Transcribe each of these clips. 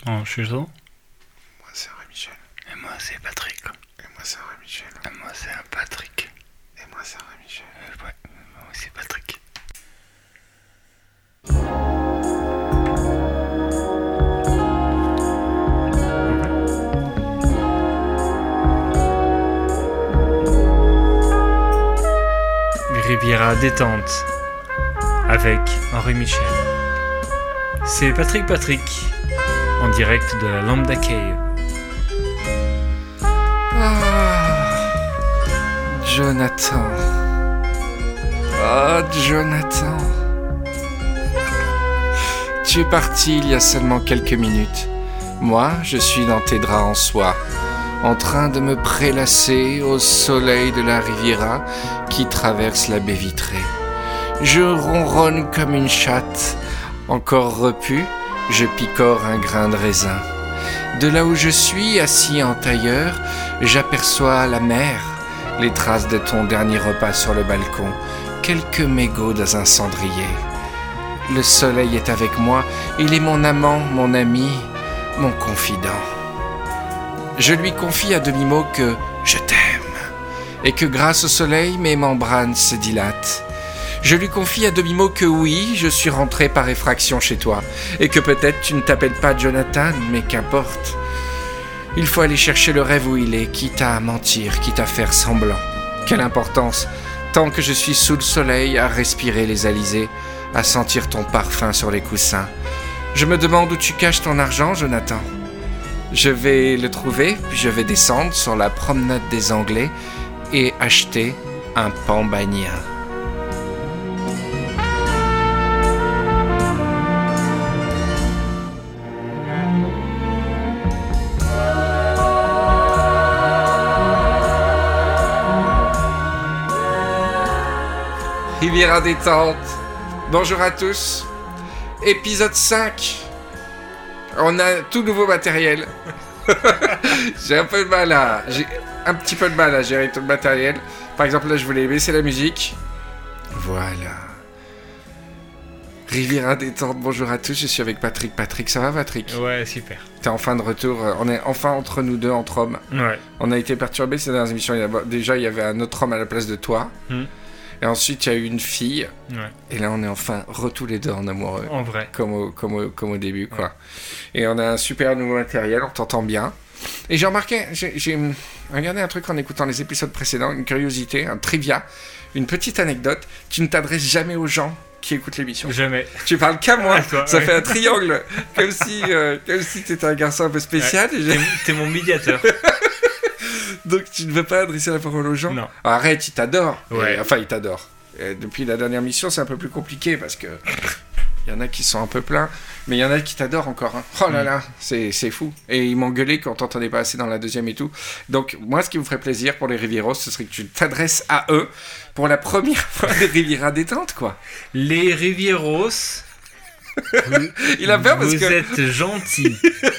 En Chuzo. Moi c'est un Michel. Et moi c'est Patrick. Et moi c'est un Michel. Et moi c'est un Patrick. Et moi c'est un Michel. Ouais, moi c'est Patrick. Riviera détente avec Henri Michel. C'est Patrick en direct de la Lambda Cave. Jonathan. Oh, Jonathan. Tu es parti il y a seulement quelques minutes. Moi, je suis dans tes draps en soie, en train de me prélasser au soleil de la Riviera qui traverse la baie vitrée. Je ronronne comme une chatte. Encore repue, je picore un grain de raisin. De là où je suis, assis en tailleur, j'aperçois la mer, les traces de ton dernier repas sur le balcon, quelques mégots dans un cendrier. Le soleil est avec moi, il est mon amant, mon ami, mon confident. Je lui confie à demi-mot que je t'aime, et que grâce au soleil, mes membranes se dilatent. Je lui confie à demi-mot que oui, je suis rentré par effraction chez toi, et que peut-être tu ne t'appelles pas Jonathan, mais qu'importe. Il faut aller chercher le rêve où il est, quitte à mentir, quitte à faire semblant. Quelle importance, tant que je suis sous le soleil, à respirer les alizés, à sentir ton parfum sur les coussins. Je me demande où tu caches ton argent, Jonathan. Je vais le trouver, puis je vais descendre sur la promenade des Anglais et acheter un pambanien. Riviera détente. Bonjour à tous. Épisode 5. On a tout nouveau matériel. J'ai un petit peu de mal à gérer tout le matériel. Par exemple, là, je voulais baisser la musique. Voilà. Riviera détente. Bonjour à tous. Je suis avec Patrick. Patrick, ça va, Patrick ? Ouais, super. T'es enfin de retour. On est enfin entre nous deux, entre hommes. Ouais. On a été perturbés ces dernières émissions. Déjà, il y avait un autre homme à la place de toi. Et ensuite, il y a eu une fille. Ouais. Et là, on est enfin tous les deux en amoureux. En vrai. Comme au début, quoi. Ouais. Et on a un super nouveau matériel, on t'entend bien. Et j'ai remarqué, j'ai regardé un truc en écoutant les épisodes précédents, une curiosité, un trivia, une petite anecdote. Tu ne t'adresses jamais aux gens qui écoutent l'émission. Jamais. Tu parles qu'à moi. Toi, ça ouais. fait un triangle. comme si t'étais un garçon un peu spécial. Ouais. Et t'es mon médiateur. Donc tu ne veux pas adresser la parole aux gens ? Non. Arrête, il t'adore. Ouais. Enfin, il t'adore. Et depuis la dernière mission, c'est un peu plus compliqué parce que il y en a qui sont un peu pleins, mais il y en a qui t'adorent encore. Hein. Oh là là, c'est fou. Et ils m'ont gueulé quand t'entendais pas assez dans la deuxième et tout. Donc moi, ce qui me ferait plaisir pour les Rivieros, ce serait que tu t'adresses à eux pour la première fois de Riviera détente, quoi. Les Rivieros. Il a peur parce que vous êtes gentils.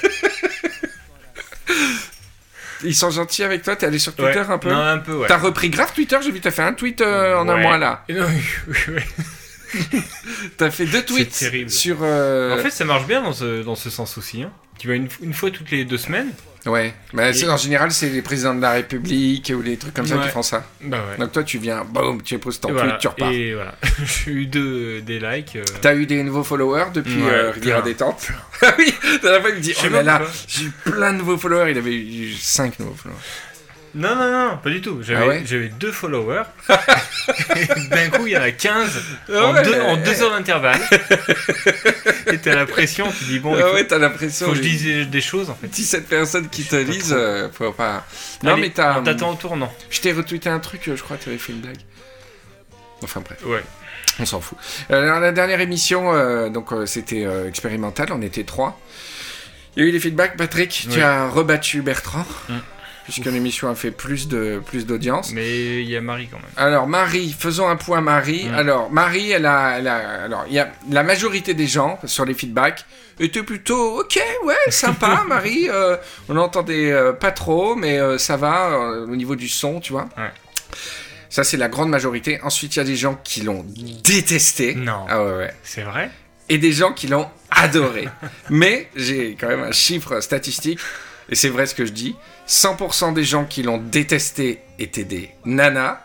Ils sont gentils avec toi, t'es allé sur Twitter un peu ? Non, un peu, ouais. T'as repris grave Twitter, j'ai vu, t'as fait un tweet en un mois là. Non, oui. T'as fait 2 tweets C'est terrible. sur... En fait, ça marche bien dans ce sens aussi. Hein. Tu vas une fois toutes les 2 semaines. Ouais, mais en général, c'est les présidents de la République ou les trucs comme ça qui font ça. Bah ouais. Donc toi, tu viens, boum, tu poses ton tweet, voilà. tu repars. Et voilà. J'ai eu des likes. T'as eu des nouveaux followers depuis Riviera plein. détente. Ah oui, t'as la fois, il me dit, Je sais oh là là, pas. j'ai eu plein de nouveaux followers. Il avait eu 5 nouveaux followers. Non, pas du tout. J'avais 2 followers. Et d'un coup, il y en a 15 en 2 heures d'intervalle. Et t'as la pression, tu dis bon, t'as l'impression. faut que je dise des choses en fait. 17 personnes qui te lisent, faut pas. Non, Allez, mais t'as. on t'attend au tournant. Je t'ai retweeté un truc, je crois que t'avais fait une blague. Enfin bref. Ouais. On s'en fout. Dans la dernière émission, c'était expérimental, on était 3. Il y a eu des feedbacks, Patrick. Oui. Tu as rebattu Bertrand. Puisque l'émission a fait plus d'audience. Mais il y a Marie quand même. Alors Marie, faisons un point Marie. Alors Marie, alors il y a la majorité des gens sur les feedbacks étaient plutôt ok, ouais, sympa Marie. On n'entendait pas trop, mais ça va au niveau du son, tu vois. Ouais. Ça c'est la grande majorité. Ensuite il y a des gens qui l'ont détesté. Non. Ah ouais. C'est vrai ? et des gens qui l'ont adoré. Mais j'ai quand même un chiffre statistique, et c'est vrai ce que je dis, 100% des gens qui l'ont détesté étaient des nanas,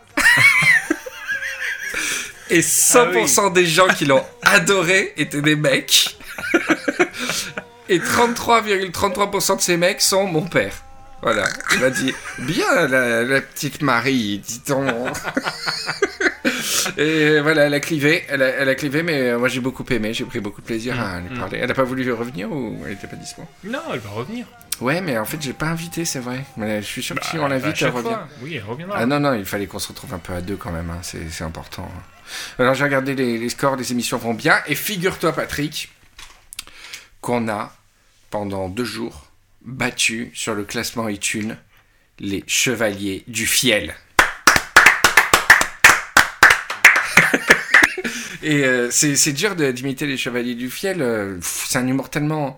et 100% des gens qui l'ont adoré étaient des mecs, et 33,33% de ces mecs sont mon père. Voilà, il m'a dit, bien la petite Marie, dit-on. Et voilà, elle a clivé, mais moi j'ai beaucoup aimé, j'ai pris beaucoup de plaisir à lui parler. Elle n'a pas voulu revenir ou elle n'était pas dispo? Non, elle va revenir. Ouais, mais en fait, j'ai pas invité, c'est vrai. Mais je suis sûr que si on l'invite, elle revient. Oui, elle reviendra. Ah non, il fallait qu'on se retrouve un peu à deux quand même, hein. C'est important. Alors j'ai regardé les scores, les émissions vont bien, et figure-toi, Patrick, qu'on a, pendant 2 jours, battu sur le classement iTunes les Chevaliers du Fiel. Et c'est dur d'imiter les Chevaliers du Fiel. C'est un humour tellement...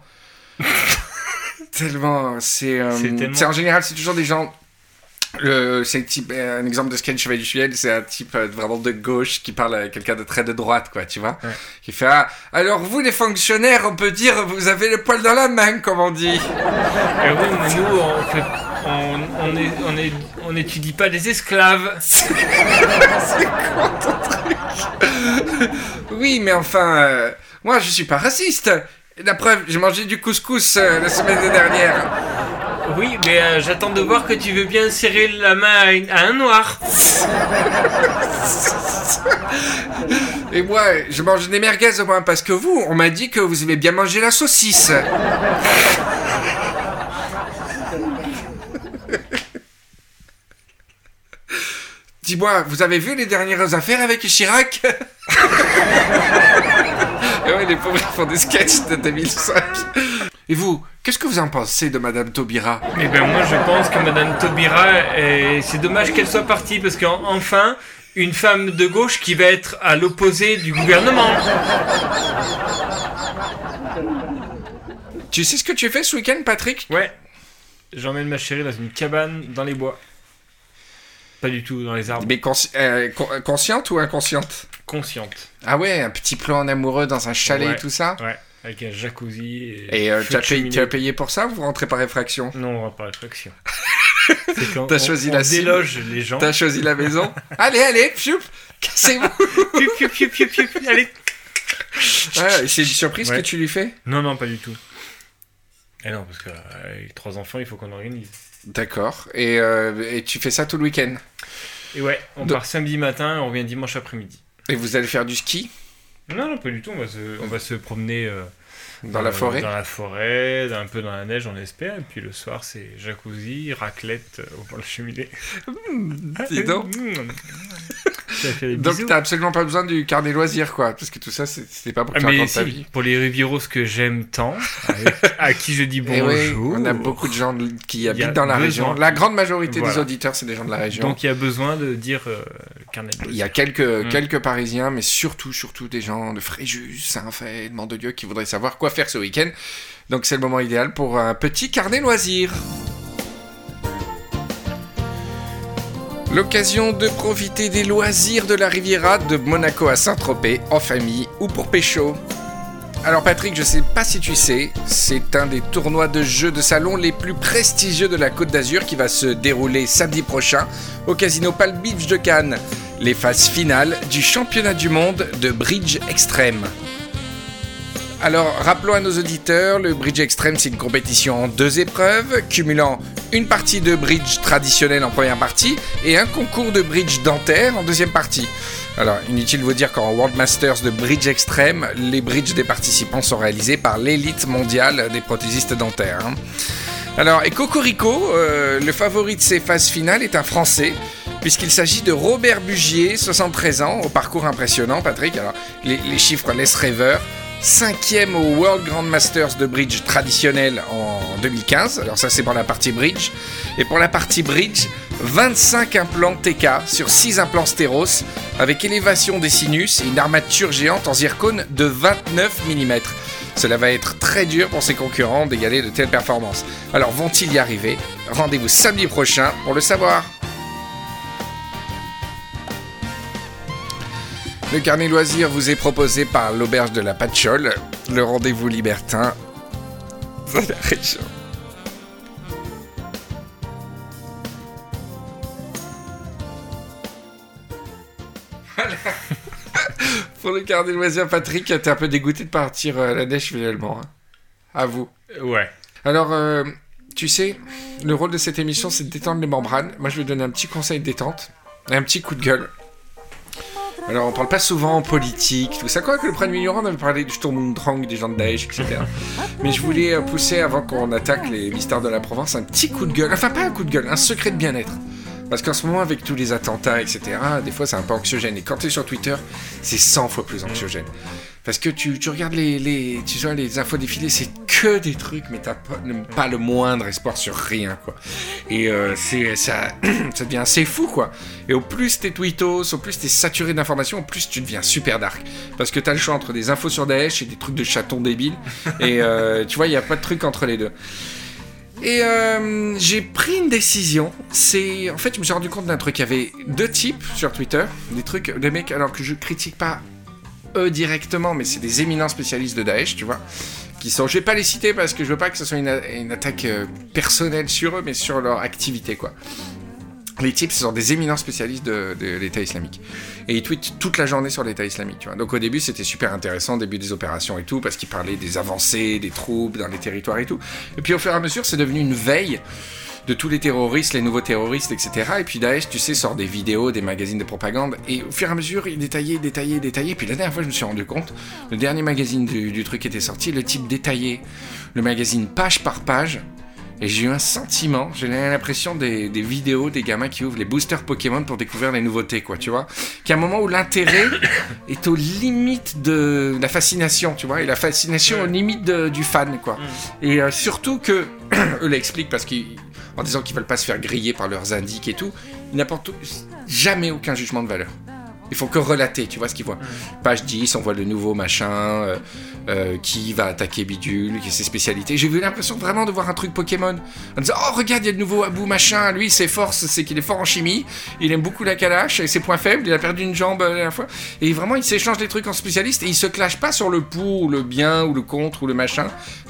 C'est en général, c'est toujours des gens... c'est un exemple de sketch Chevalier du Fiel, c'est un type vraiment de gauche qui parle à quelqu'un de très de droite, quoi, tu vois. Ouais. Qui fait alors vous les fonctionnaires, on peut dire vous avez le poil dans la main, comme on dit. Oui, mais nous on n'étudie pas les esclaves. C'est quoi ton truc? Oui, mais enfin, moi je suis pas raciste. La preuve, j'ai mangé du couscous la semaine dernière. Oui, mais j'attends de voir que tu veux bien serrer la main à un noir. Et moi, je mange des merguez au moins parce que vous, on m'a dit que vous aimez bien manger la saucisse. Dis-moi, vous avez vu les dernières affaires avec Chirac? Et ouais, les pauvres font des sketchs de 2005. Et vous, qu'est-ce que vous en pensez de Madame Taubira? Eh ben moi je pense que Madame Taubira, c'est dommage qu'elle soit partie parce qu'enfin, une femme de gauche qui va être à l'opposé du gouvernement. Tu sais ce que tu fais ce week-end, Patrick? Ouais, j'emmène ma chérie dans une cabane dans les bois. Pas du tout dans les arbres. Mais consciente ou inconsciente? Consciente. Ah ouais, un petit plan en amoureux dans un chalet et tout ça? Ouais. Avec un jacuzzi et tu as payé pour ça ou vous rentrez par effraction? Non, on rentre par effraction. C'est quand t'as choisi la cible. Déloge les gens. T'as choisi la maison. Allez, pioup, cassez-vous. Pioup, allez. Ouais, c'est une surprise que tu lui fais? Non, pas du tout. Et non, parce que avec 3 enfants, il faut qu'on organise. D'accord. Et tu fais ça tout le week-end? Et ouais, on part samedi matin et on revient dimanche après-midi. Et vous allez faire du ski? Non, pas du tout. On va se promener dans la forêt. Dans la forêt, un peu dans la neige, on espère. Et puis le soir, c'est jacuzzi, raclette au bord de la cheminée. Dis donc. Donc t'as absolument pas besoin du carnet loisirs, quoi, parce que tout ça, c'était pas pour que tu racontes ta vie. Pour les Rivieros que j'aime tant, à qui je dis bonjour. Oui, on a beaucoup de gens qui habitent dans la région. La grande majorité des auditeurs, c'est des gens de la région. Donc il y a besoin de dire le carnet de loisirs. Il y a quelques Parisiens, mais surtout des gens de Fréjus, Saint-Fay, de Mandelieu, qui voudraient savoir quoi faire ce week-end. Donc c'est le moment idéal pour un petit carnet loisirs. L'occasion de profiter des loisirs de la Riviera, de Monaco à Saint-Tropez, en famille ou pour pécho. Alors Patrick, je sais pas si tu sais, c'est un des tournois de jeux de salon les plus prestigieux de la Côte d'Azur qui va se dérouler samedi prochain au Casino Palm Beach de Cannes. Les phases finales du championnat du monde de bridge extrême. Alors, rappelons à nos auditeurs, le bridge extrême, c'est une compétition en 2 épreuves, cumulant une partie de bridge traditionnel en première partie et un concours de bridge dentaire en deuxième partie. Alors, inutile de vous dire qu'en World Masters de bridge extrême, les bridges des participants sont réalisés par l'élite mondiale des prothésistes dentaires. Alors, et Cocorico, le favori de ces phases finales est un Français, puisqu'il s'agit de Robert Bugier, 73 ans, au parcours impressionnant, Patrick. Alors, les chiffres laissent rêveur. 5e au World Grand Masters de bridge traditionnel en 2015. Alors ça, c'est pour la partie bridge. Et pour la partie bridge, 25 implants TK sur 6 implants stéros avec élévation des sinus et une armature géante en zircone de 29 mm. Cela va être très dur pour ses concurrents d'égaler de telles performances. Alors vont-ils y arriver? Rendez-vous samedi prochain pour le savoir. Le carnet loisirs vous est proposé par l'Auberge de la Patchole, le rendez-vous libertin de la région. Voilà. Pour le carnet loisirs, Patrick, t'es un peu dégoûté de partir à la neige finalement. Hein. À vous. Ouais. Alors, tu sais, le rôle de cette émission, c'est de détendre les membranes. Moi, je vais donner un petit conseil de détente et un petit coup de gueule. Alors, on parle pas souvent en politique, tout ça. Quoi que le premier numéro, on avait parlé du Sturmdrang, des gens de Daesh, etc. Mais je voulais pousser, avant qu'on attaque les mystères de la Provence, un petit coup de gueule. Enfin, pas un coup de gueule, un secret de bien-être. Parce qu'en ce moment, avec tous les attentats, etc., des fois, c'est un peu anxiogène. Et quand t'es sur Twitter, c'est 100 fois plus anxiogène. Parce que tu regardes les infos défilées, c'est que des trucs, mais t'as pas le moindre espoir sur rien, quoi. Et ça devient assez fou, quoi. Et au plus t'es tweetos, au plus t'es saturé d'informations, au plus tu deviens super dark. Parce que t'as le choix entre des infos sur Daesh et des trucs de chatons débiles. Et tu vois, il n'y a pas de truc entre les deux. Et j'ai pris une décision. En fait, je me suis rendu compte d'un truc. Il y avait 2 types sur Twitter, des mecs, alors que je critique pas eux directement, mais c'est des éminents spécialistes de Daesh, tu vois, qui sont, je vais pas les citer parce que je veux pas que ce soit une attaque personnelle sur eux, mais sur leur activité, quoi. Les types, ce sont des éminents spécialistes de l'État islamique. Et ils tweetent toute la journée sur l'État islamique, tu vois. Donc au début, c'était super intéressant, début des opérations et tout, parce qu'ils parlaient des avancées, des troupes dans les territoires et tout. Et puis au fur et à mesure, c'est devenu une veille de tous les terroristes, les nouveaux terroristes, etc. Et puis Daesh, tu sais, sort des vidéos, des magazines de propagande, et au fur et à mesure, il détaillait. Puis la dernière fois, je me suis rendu compte, le dernier magazine du truc était sorti, le type détaillait le magazine page par page, et j'ai eu un sentiment, j'ai l'impression des vidéos des gamins qui ouvrent les boosters Pokémon pour découvrir les nouveautés, quoi, tu vois. Qu'il y a un moment où l'intérêt est aux limites de la fascination, tu vois, et la fascination aux limites du fan, quoi. Et surtout que, eux l'expliquent parce en disant qu'ils veulent pas se faire griller par leurs indices et tout, ils n'apportent jamais aucun jugement de valeur. Ils font que relater, tu vois ce qu'ils voient. Page 10, on voit le nouveau machin, qui va attaquer Bidule, qui est ses spécialités. J'ai eu l'impression vraiment de voir un truc Pokémon. En disant, oh regarde, il y a le nouveau Abou machin, lui ses forces, c'est qu'il est fort en chimie, il aime beaucoup la Kalash, et ses points faibles, il a perdu une jambe la dernière fois. Et vraiment, ils s'échangent des trucs en spécialistes, et ils se clashent pas sur le pour, ou le bien, ou le contre, ou le machin.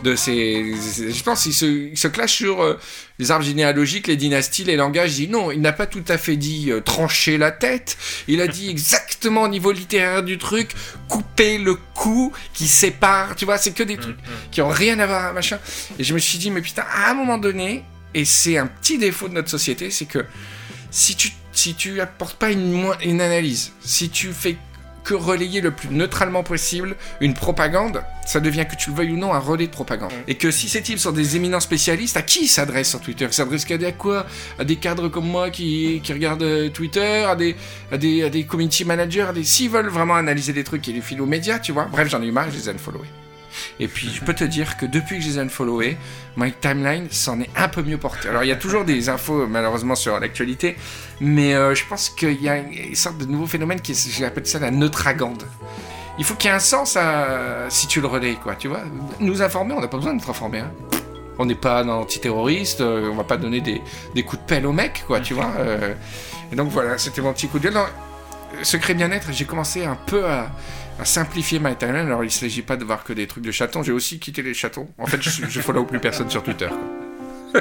Je pense qu'ils se clashent sur les arbres généalogiques, les dynasties, les langages. Non, il n'a pas tout à fait dit trancher la tête, il a dit exactement au niveau littéraire du truc, couper le cou qui sépare, tu vois, c'est que des trucs qui ont rien à voir, machin. Et je me suis dit, mais putain, à un moment donné, et c'est un petit défaut de notre société, c'est que si tu apportes pas une analyse, si tu fais que relayer le plus neutralement possible une propagande, ça devient, que tu le veuilles ou non, un relais de propagande. Et que si ces types sont des éminents spécialistes, à qui ils s'adressent sur Twitter ? Ils s'adressent à quoi ? À des cadres comme moi qui regardent Twitter, à des community managers, s'ils veulent vraiment analyser des trucs, ils les filent aux médias, tu vois. Bref, j'en ai eu marre, je les ai unfollowés. Et puis, je peux te dire que depuis que je les ai unfollowés, my timeline s'en est un peu mieux porté. Alors, il y a toujours des infos, malheureusement, sur l'actualité, mais je pense qu'il y a une sorte de nouveau phénomène j'appelle ça la neutragande. Il faut qu'il y ait un sens si tu le relais, quoi, tu vois. Nous informer, on n'a pas besoin d'être informés, hein. On n'est pas antiterroriste, on va pas donner des coups de pelle aux mecs, quoi, tu vois. Et donc, voilà, c'était mon petit coup de gueule. Non, secret bien-être, j'ai commencé un peu à simplifier ma timeline. Alors il ne s'agit pas de voir que des trucs de chatons, j'ai aussi quitté les chatons. En fait, je follow plus personne sur Twitter, quoi.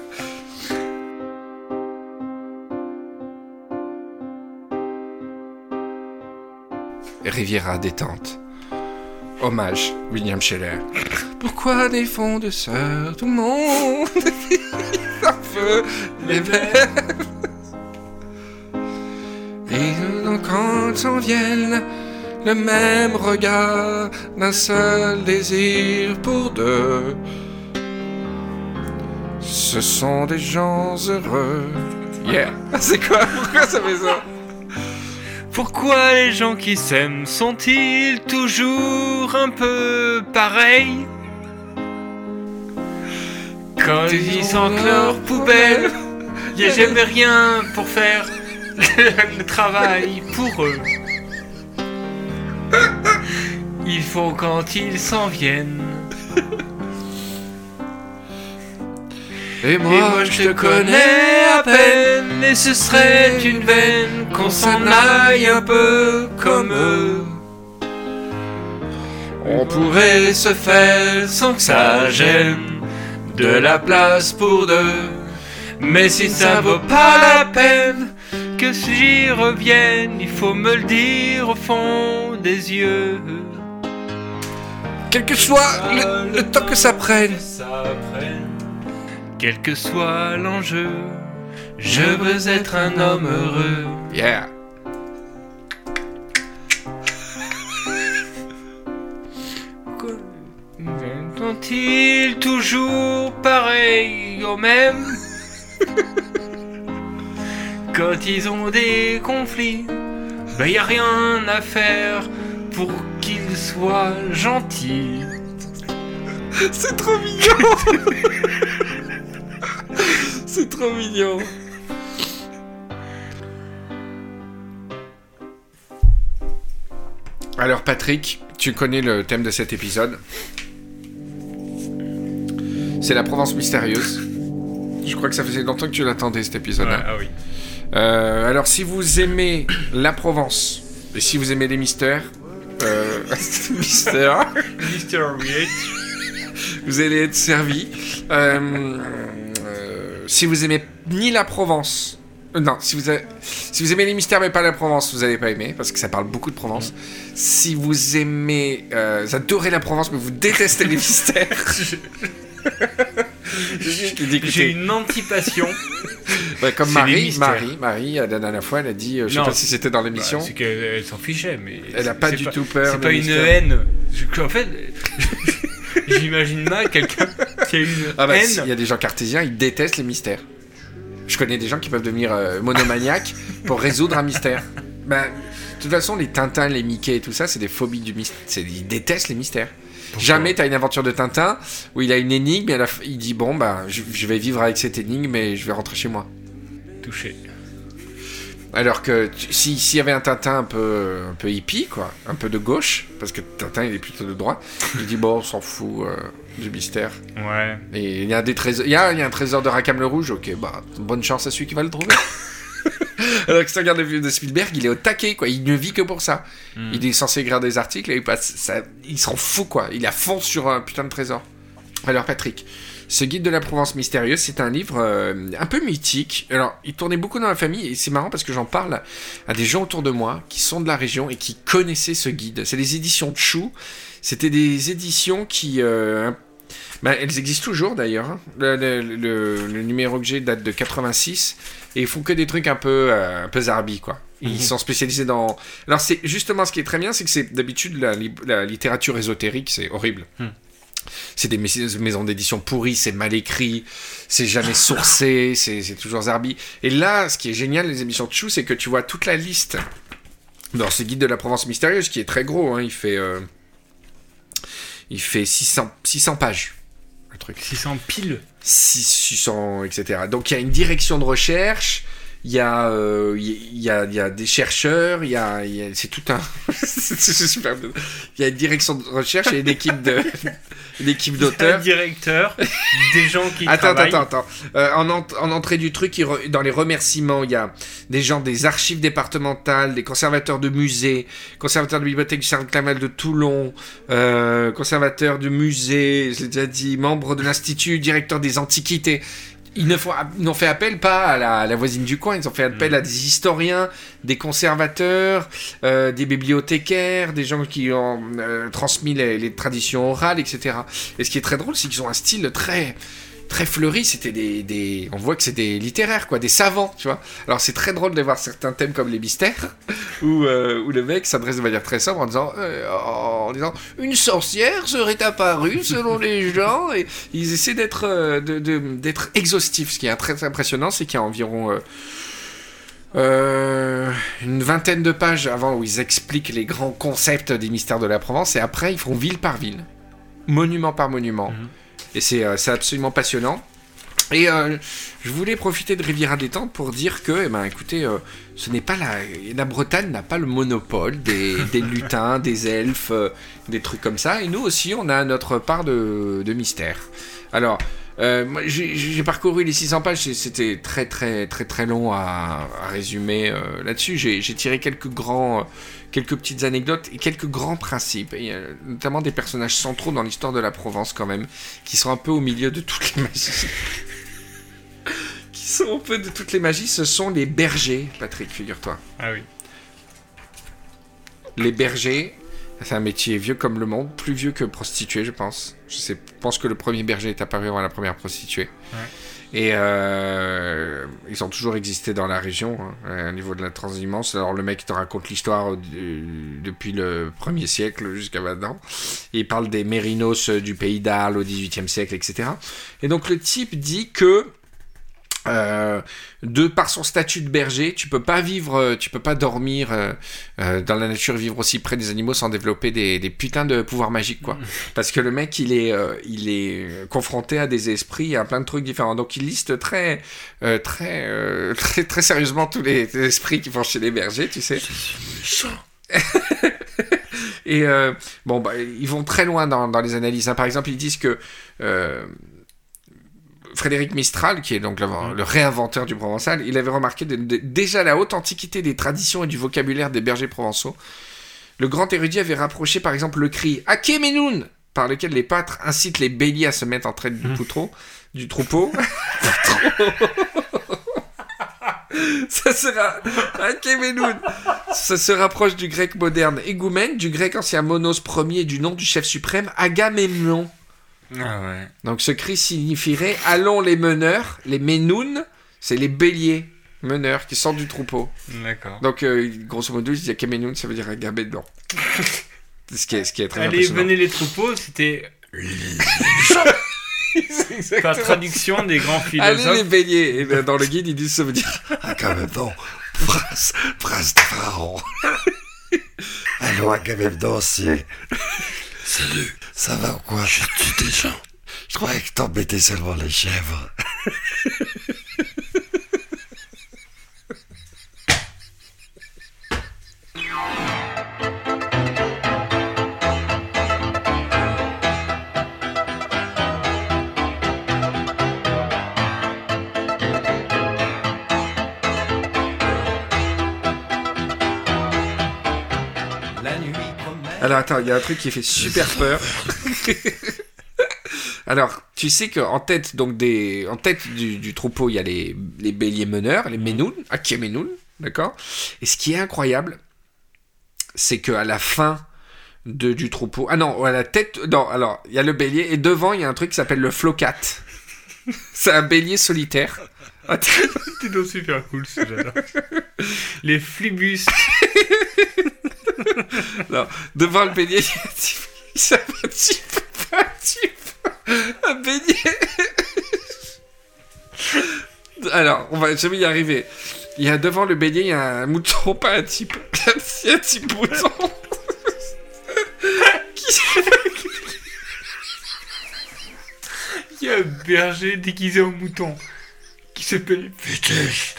Riviera détente. Hommage, William Scheller. Pourquoi des fonds de sœur, tout le monde un feu les verres. Et donc quand s'en viennent le même regard, d'un seul désir pour deux. Ce sont des gens heureux. Yeah. C'est quoi ? Pourquoi ça fait ça ? Pourquoi les gens qui s'aiment sont-ils toujours un peu pareils ? Quand ils sentent leur poubelle, y'a jamais rien pour faire le travail pour eux. Il faut quand ils s'en viennent. Et moi je te connais à peine. Et ce serait une veine qu'on s'en aille un peu comme eux. On pourrait se faire sans que ça gêne de la place pour deux. Mais si ça vaut pas la peine que j'y revienne, il faut me le dire au fond des yeux. Quel que soit le temps que ça prenne. Quel que soit l'enjeu, je veux être un homme heureux. Yeah. Sont-ils toujours pareils aux mêmes? Quand ils ont des conflits, ben y a rien à faire pour qu'ils soient gentils. C'est trop mignon. C'est trop mignon. Alors Patrick, tu connais le thème de cet épisode. C'est la Provence mystérieuse. Je crois que ça faisait longtemps que tu l'attendais cet épisode. Ouais, ah oui. Alors si vous aimez la Provence et si vous aimez les mystères, mystère, vous allez être servi. Si vous aimez ni la Provence, non, si vous aimez les mystères mais pas la Provence, vous n'allez pas aimer parce que ça parle beaucoup de Provence. Si vous aimez, vous adorez la Provence mais vous détestez les mystères. J'ai une antipassion. Ouais, comme Marie, la dernière fois, elle a dit, je sais pas si c'était dans l'émission. C'est qu'elle s'en fichait, mais elle a pas du tout peur. C'est pas une haine. En fait, j'imagine mal quelqu'un qui a une haine. Il y a des gens cartésiens, ils détestent les mystères. Je connais des gens qui peuvent devenir monomaniaques pour résoudre un mystère. De toute façon, les Tintins, les Mickey et tout ça, c'est des phobies du mystère. Ils détestent les mystères. Pourquoi? Jamais t'as une aventure de Tintin où il a une énigme et il dit bon je vais vivre avec cette énigme et je vais rentrer chez moi. Touché. Alors que s'il y avait un Tintin un peu hippie quoi, un peu de gauche, parce que Tintin il est plutôt de droite, il dit bon on s'en fout du mystère. Ouais. Et il y a des trésors, il y a un trésor de Rackham le Rouge, ok bonne chance à celui qui va le trouver. Alors que si tu regardes le film de Spielberg, il est au taquet, quoi. Il ne vit que pour ça. Il est censé écrire des articles et il s'en fout, quoi. Il est à fond sur un putain de trésor. Alors, Patrick, ce guide de la Provence mystérieuse, c'est un livre un peu mythique. Alors, il tournait beaucoup dans la famille et c'est marrant parce que j'en parle à des gens autour de moi qui sont de la région et qui connaissaient ce guide. C'est les éditions Chou. C'était des éditions qui... elles existent toujours d'ailleurs. Hein. Le numéro que j'ai date de 86 et ils font que des trucs un peu zarbi quoi. Ils sont spécialisés dans. Alors c'est justement ce qui est très bien, c'est que c'est d'habitude la littérature ésotérique, c'est horrible. C'est des maisons d'édition pourries, c'est mal écrit, c'est jamais sourcé, c'est toujours zarbi. Et là, ce qui est génial les émissions de Chou, c'est que tu vois toute la liste dans ce guide de la Provence mystérieuse qui est très gros. Hein, il fait 600 pages. Truc. 600 piles 600, etc. Donc il y a une direction de recherche, il y a des chercheurs, c'est tout un... c'est super bien. Il y a une direction de recherche et une équipe d'auteurs. Un directeur, des gens qui travaillent. Attends. En entrée du truc, dans les remerciements, il y a des gens des archives départementales, des conservateurs de musées, conservateurs de bibliothèque du Saint-Clamal de Toulon, conservateurs de musées, j'ai déjà dit, membres de l'Institut, directeur des antiquités. Ils n'ont fait appel pas à la voisine du coin, ils ont fait appel à des historiens, des conservateurs, des bibliothécaires, des gens qui ont transmis les traditions orales, etc. Et ce qui est très drôle, c'est qu'ils ont un style très, très fleuri. C'était on voit que c'est des littéraires, quoi, des savants, tu vois. Alors c'est très drôle de voir certains thèmes comme les mystères, où le mec s'adresse de manière très sobre en disant une sorcière serait apparue selon les gens, et ils essaient d'être exhaustifs. Ce qui est très impressionnant, c'est qu'il y a environ une vingtaine de pages avant où ils expliquent les grands concepts des mystères de la Provence, et après ils font ville par ville, monument par monument. Et c'est absolument passionnant. Et je voulais profiter de Riviera Détente pour dire que, écoutez, ce n'est pas la Bretagne n'a pas le monopole des lutins, des elfes, des trucs comme ça. Et nous aussi, on a notre part de mystère. Alors, Moi, j'ai parcouru les 600 pages, c'était très très très très long à résumer là-dessus. J'ai tiré quelques petites anecdotes et quelques grands principes, et notamment des personnages centraux dans l'histoire de la Provence quand même, qui sont un peu au milieu de toutes les magies. Ce sont les bergers, Patrick, figure-toi. Ah oui. Les bergers, c'est un métier vieux comme le monde, plus vieux que prostituée, je pense. Je pense que le premier berger est apparu avant la première prostituée. Ouais. Et ils ont toujours existé dans la région, au niveau de la transhumance. Alors le mec te raconte l'histoire depuis le 1er siècle jusqu'à maintenant. Et il parle des mérinos du pays d'Arles au XVIIIe siècle, etc. Et donc le type dit que par son statut de berger, tu peux pas dormir dans la nature, vivre aussi près des animaux sans développer des putains de pouvoirs magiques, quoi. Parce que le mec, il est confronté à des esprits, à plein de trucs différents. Donc il liste très sérieusement tous les esprits qui vont chez les bergers, tu sais. Et ils vont très loin dans les analyses. Par exemple, ils disent que Frédéric Mistral, qui est donc le réinventeur du provençal, il avait remarqué déjà la haute antiquité des traditions et du vocabulaire des bergers provençaux. Le grand érudit avait rapproché par exemple le cri « Akemenoun » par lequel les pâtres incitent les béliers à se mettre en tête du troupeau. Ça sera Akemenoun. Ça se rapproche du grec moderne égoumène, du grec ancien Monos Ier, du nom du chef suprême Agamemnon. Ah ouais. Donc ce cri signifierait « Allons les meneurs », les Ménounes, c'est les béliers meneurs qui sortent du troupeau. D'accord. Donc grosso modo, il dit Agamemnon, ça veut dire Agamemnon. ce qui est très Allez, impressionnant. venez les troupeaux, c'était... la traduction des grands philosophes. Allez les béliers. Et dans le guide, ils disent ça veut dire Agamemnon, prince de Pharaon. Allô Agamemnon, c'est... Salut, ça va ou quoi? Je tue des gens. Je croyais que t'embêtais seulement les chèvres. Alors attends, il y a un truc qui fait super peur. Alors, tu sais qu'en tête, du troupeau, il y a les béliers meneurs, les Ménounes, Akemenoun, d'accord? Et ce qui est incroyable, c'est qu'à la fin du troupeau... Ah non, à la tête... Non, alors, il y a le bélier, et devant, il y a un truc qui s'appelle le flocat. C'est un bélier solitaire. C'est donc super cool, ce genre. Les flibus. Non, devant le bélier, il y a un type, un bélier. Alors, on va jamais y arriver. Il y a devant le bélier, il y a un mouton, pas un type. Il y a un type mouton. Il y a un berger déguisé en mouton qui s'appelle Fétiche.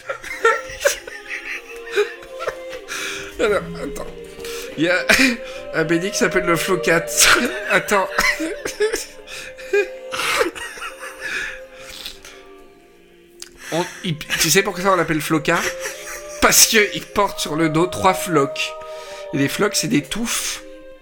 Alors, attends. Il y a un bélier qui s'appelle le flocat. Attends. Tu sais pourquoi ça on l'appelle flocat? Parce qu'il porte sur le dos 3 flocs. Et les flocs, c'est des touffes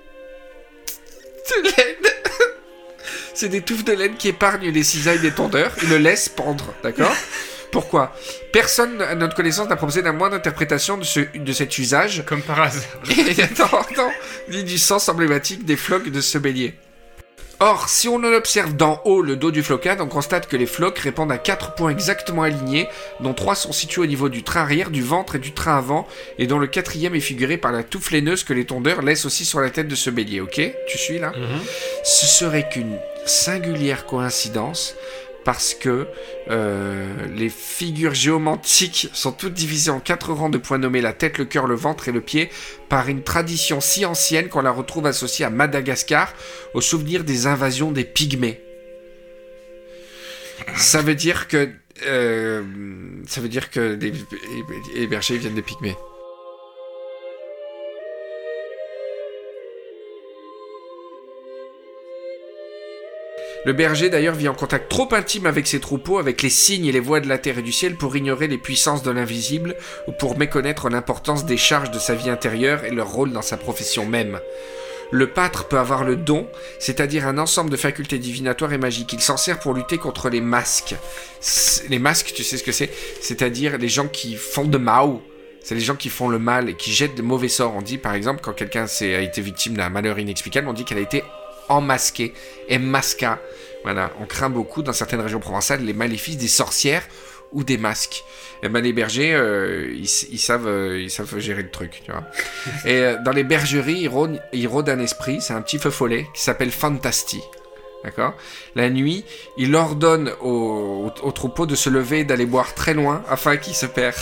de laine. C'est des touffes de laine qui épargnent les cisailles des tondeurs. Ils le laissent pendre, d'accord? Pourquoi? Personne, à notre connaissance, n'a proposé la moindre interprétation de cet usage. Comme par hasard. Attends, ni du sens emblématique des flocs de ce bélier. Or, si on en observe d'en haut le dos du flocat, on constate que les flocs répondent à 4 points exactement alignés, dont 3 sont situés au niveau du train arrière, du ventre et du train avant, et dont le 4e est figuré par la touffe laineuse que les tondeurs laissent aussi sur la tête de ce bélier, ok? Tu suis là? Ce serait qu'une singulière coïncidence, parce que les figures géomantiques sont toutes divisées en 4 rangs de points nommés la tête, le cœur, le ventre et le pied, par une tradition si ancienne qu'on la retrouve associée à Madagascar, au souvenir des invasions des Pygmées. Ça veut dire que les bergers viennent des Pygmées. Le berger d'ailleurs vit en contact trop intime avec ses troupeaux, avec les signes et les voix de la terre et du ciel pour ignorer les puissances de l'invisible ou pour méconnaître l'importance des charges de sa vie intérieure et leur rôle dans sa profession même. Le pâtre peut avoir le don, c'est-à-dire un ensemble de facultés divinatoires et magiques. Il s'en sert pour lutter contre les masques. Les masques, tu sais ce que c'est ? C'est-à-dire les gens qui font de Mao. C'est les gens qui font le mal et qui jettent de mauvais sorts. On dit par exemple, quand quelqu'un a été victime d'un malheur inexplicable, on dit qu'elle a été emmasquée, masca. Voilà, on craint beaucoup dans certaines régions provençales les maléfices des sorcières ou des masques. Et ben les bergers, ils savent gérer le truc, tu vois. Et dans les bergeries, il rôde un esprit, c'est un petit feu follet qui s'appelle Fantasti. D'accord ? La nuit, il ordonne au troupeau de se lever et d'aller boire très loin afin qu'il se perd.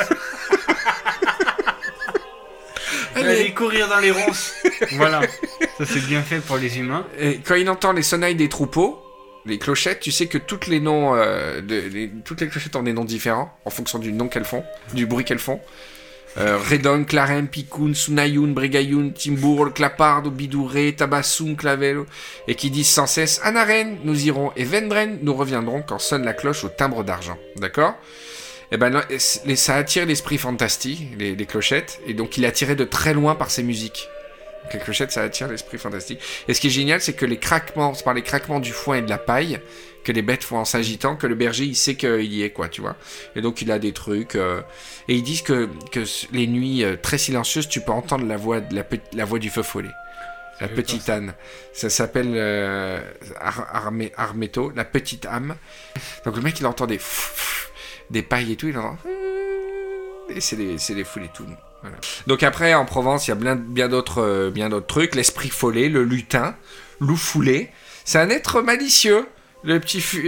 Allez courir dans les ronces. Voilà, ça c'est bien fait pour les humains. Et quand il entend les sonnailles des troupeaux, les clochettes, tu sais que toutes les clochettes ont des noms différents en fonction du nom qu'elles font, du bruit qu'elles font. Redon, Clarem, Picoun, Sunayoun, Bregayoun, Timbourg, Clapardo, Bidouré, Tabassoum, Clavelo, et qui disent sans cesse Anaren, nous irons, et Vendren, nous reviendrons quand sonne la cloche au timbre d'argent. D'accord ? Et ben ça attire l'esprit fantastique, les clochettes, et donc il est attiré de très loin par ces musiques. Donc les clochettes, ça attire l'esprit fantastique. Et ce qui est génial, c'est que c'est par les craquements du foin et de la paille que les bêtes font en s'agitant, que le berger, il sait qu'il y est, quoi, tu vois. Et donc il a des trucs... Et ils disent que les nuits très silencieuses, tu peux entendre la voix du feu follet. La petite âne. Ça s'appelle Armeto, la petite âme. Donc le mec, il entend des pailles et tout, il entend... Et c'est les fouletounes. Voilà. Donc après, en Provence, il y a bien d'autres trucs. L'esprit follet, le lutin, loup foulé. C'est un être malicieux. Le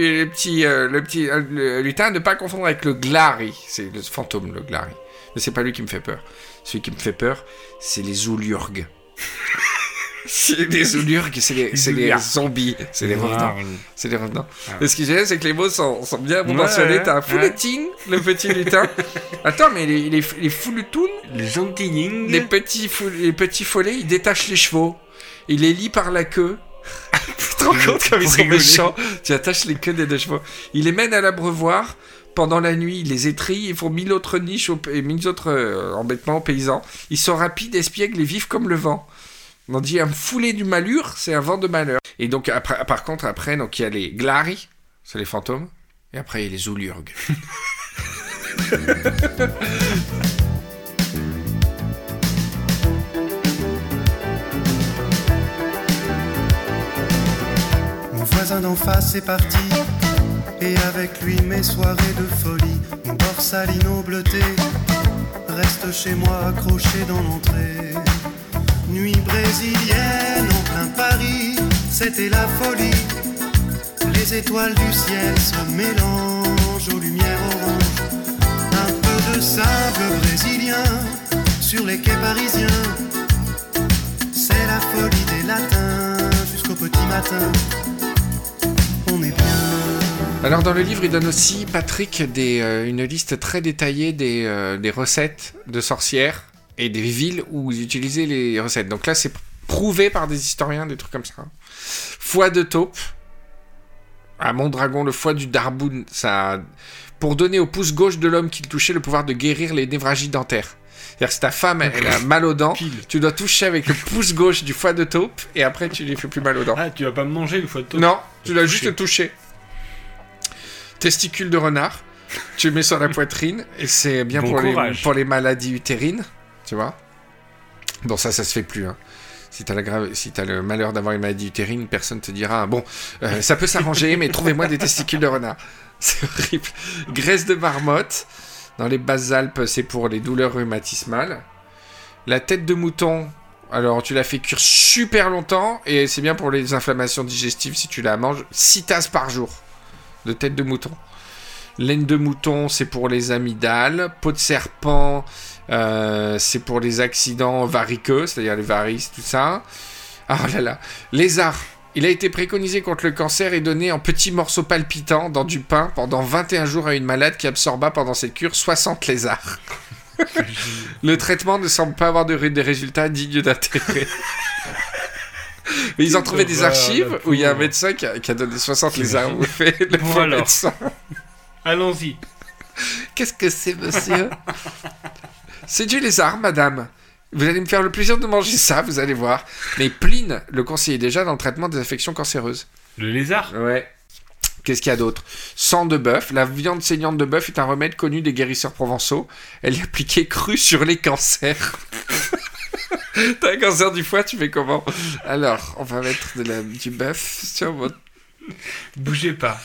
lutin, ne pas confondre avec le glari. C'est le fantôme, le glari. Mais c'est pas lui qui me fait peur. Celui qui me fait peur, c'est les oulurgues. Les zoulurgues, c'est les zombies, c'est les revenants. C'est les revenants. Et ce qui est génial, c'est que les mots sont bien mentionnés. T'as un fouletting, le petit lutin. Attends, mais les fouletounes, les gentillings, les petits follets, ils détachent les chevaux. Ils les lient par la queue. Tu te rends compte comme ils sont méchants ? Tu attaches les queues des deux chevaux. Ils les mènent à l'abreuvoir. Pendant la nuit, ils les étrillent, ils font 1000 autres niches et 1000 autres embêtements aux paysans. Ils sont rapides, espiègles et vifs comme le vent. On dit un foulé du malheur, c'est un vent de malheur. Et donc, par contre, après, donc, il y a les glari, c'est les fantômes, et après, il y a les zoulurgues. Mon voisin d'en face est parti, et avec lui mes soirées de folie. Mon borsalino bleuté reste chez moi accroché dans l'entrée. Nuit brésilienne en plein Paris, c'était la folie. Les étoiles du ciel se mélangent aux lumières oranges. Un peu de sable brésilien sur les quais parisiens. C'est la folie des latins jusqu'au petit matin. On est bien. Alors dans le livre, il donne aussi, Patrick, une liste très détaillée des recettes de sorcières et des villes où ils utilisaient les recettes. Donc là, c'est prouvé par des historiens, des trucs comme ça. Foie de taupe. À Mondragon, le foie du Darboun, ça... pour donner au pouce gauche de l'homme qui le touchait le pouvoir de guérir les névragies dentaires. C'est-à-dire que si ta femme, elle a mal aux dents, tu dois toucher avec le pouce gauche du foie de taupe, et après, tu lui fais plus mal aux dents. Ah, tu vas pas manger le foie de taupe ? Non, tu dois juste le toucher. Testicule de renard, tu le mets sur la poitrine, et c'est bien pour les maladies utérines. Tu vois ? Bon, ça se fait plus. Hein. Si t'as le malheur d'avoir une maladie utérine, personne te dira bon, ça peut s'arranger, mais trouvez-moi des testicules de renard. C'est horrible. Graisse de marmotte. Dans les Basses-Alpes, c'est pour les douleurs rhumatismales. La tête de mouton. Alors, tu la fais cuire super longtemps et c'est bien pour les inflammations digestives si tu la manges 6 tasses par jour de tête de mouton. Laine de mouton, c'est pour les amygdales. Peau de serpent, c'est pour les accidents variqueux, c'est-à-dire les varices, tout ça. Ah là là. Lézard. Il a été préconisé contre le cancer et donné en petits morceaux palpitants dans du pain pendant 21 jours à une malade qui absorba pendant cette cure 60 lézards. Le traitement ne semble pas avoir des résultats dignes d'intérêt. Mais ils ont trouvé des archives où il y a un médecin qui a donné 60 lézards bouffés. Le Bon, alors. médecin. Allons-y. Qu'est-ce que c'est, monsieur? C'est du lézard, madame. Vous allez me faire le plaisir de manger ça, vous allez voir. Mais Pline le conseillait déjà dans le traitement des affections cancéreuses. Le lézard. Ouais. Qu'est-ce qu'il y a d'autre? Sang de bœuf. La viande saignante de bœuf est un remède connu des guérisseurs provençaux. Elle est appliquée crue sur les cancers. T'as un cancer du foie, tu fais comment? Alors, on va mettre du bœuf sur votre... Bougez pas.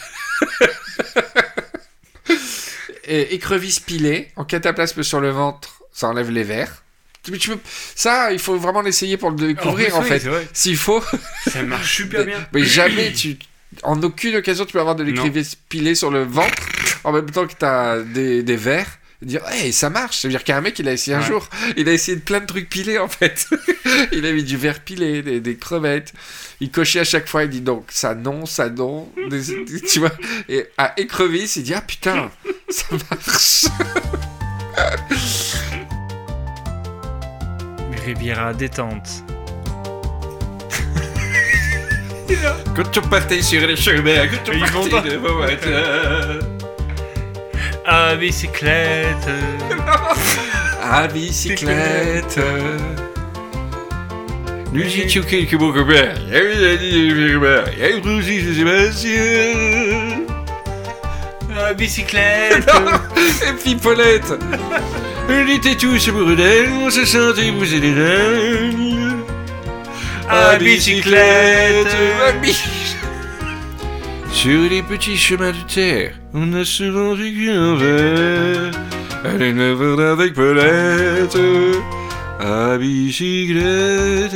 Et écrevisse pilée, en cataplasme sur le ventre, ça enlève les vers. Ça, il faut vraiment l'essayer pour le découvrir, en fait. C'est vrai. S'il faut... Ça marche super bien. Mais jamais en aucune occasion, tu peux avoir de l'écrevisse pilée sur le ventre, en même temps que t'as des vers. Dire, hey, ça marche. Ça veut dire qu'il y a un mec, il a essayé un jour. Il a essayé plein de trucs pilés, en fait. Il a mis du verre pilé, des crevettes. Il cochait à chaque fois. Il dit donc, ça non. Tu vois. Et à écrevisse, il dit, ah putain, ça marche. Riviera détente. Quand tu partais sur les chemins, quand tu Ils vont partais pas. de Montmartre. À bicyclette. À bicyclette. Nous étions quelques bons copains. Il y a eu il y a eu aussi Sébastien. À bicyclette. Et puis Paulette. On était tous amoureux d'elle, on se sentait pousser des ailes. À bicyclette. Sur les petits chemins de terre, on a souvent vécu un verre. Allez, neuf avec Paulette. À bicyclette.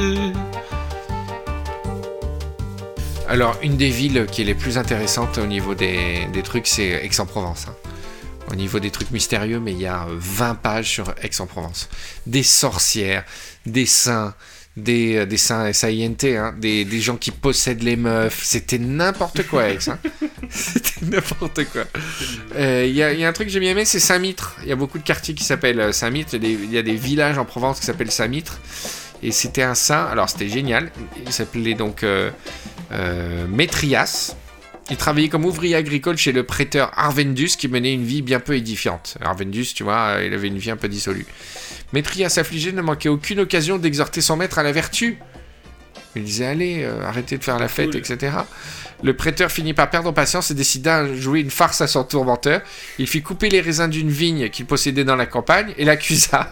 Alors, une des villes qui est les plus intéressantes au niveau des trucs, c'est Aix-en-Provence. Au niveau des trucs mystérieux, mais il y a 20 pages sur Aix-en-Provence. Des sorcières, des saints, des saints S-A-I-N-T, hein, des gens qui possèdent les meufs. C'était n'importe quoi, Aix. Hein. C'était n'importe quoi. Il y a un truc que j'ai bien aimé, c'est Saint-Mitre. Il y a beaucoup de quartiers qui s'appellent Saint-Mitre. Il y a des villages en Provence qui s'appellent Saint-Mitre. Et c'était un saint, alors c'était génial. Il s'appelait donc Métrias. Il travaillait comme ouvrier agricole chez le prêteur Arvendus qui menait une vie bien peu édifiante. Arvendus, tu vois, il avait une vie un peu dissolue. Métrias affligé ne manquait aucune occasion d'exhorter son maître à la vertu. Il disait, allez, arrêtez de faire la fête, etc. Le prêteur finit par perdre patience et décida de jouer une farce à son tourmenteur. Il fit couper les raisins d'une vigne qu'il possédait dans la campagne et l'accusa.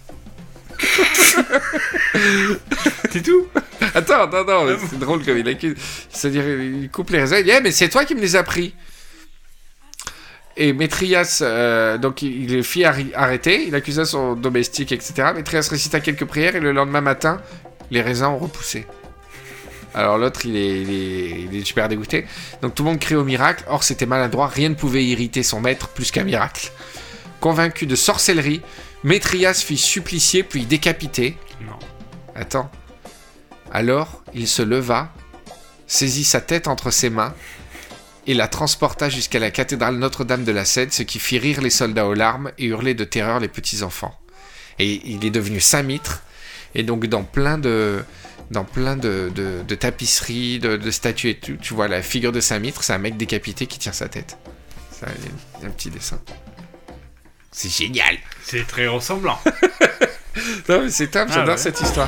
C'est tout? Attends, c'est drôle comme il accuse. C'est-à-dire, il coupe les raisins, il dit, mais c'est toi qui me les as pris. Et Métrias, donc il le fit arrêter, il accusa son domestique, etc. Métrias récita quelques prières et le lendemain matin, les raisins ont repoussé. Alors l'autre, il est super dégoûté. Donc tout le monde crie au miracle, or c'était maladroit, rien ne pouvait irriter son maître plus qu'un miracle. Convaincu de sorcellerie, Métrias fit supplicier puis décapiter. Non. Attends. Alors, il se leva, saisit sa tête entre ses mains et la transporta jusqu'à la cathédrale Notre-Dame de la Seine, ce qui fit rire les soldats aux larmes et hurler de terreur les petits-enfants. Et il est devenu Saint-Mitre, et donc dans plein de tapisseries, de statues et tout, tu vois la figure de Saint-Mitre, c'est un mec décapité qui tient sa tête. Ça, il y a un petit dessin. C'est génial. C'est très ressemblant. Non, mais c'est top, j'adore cette histoire.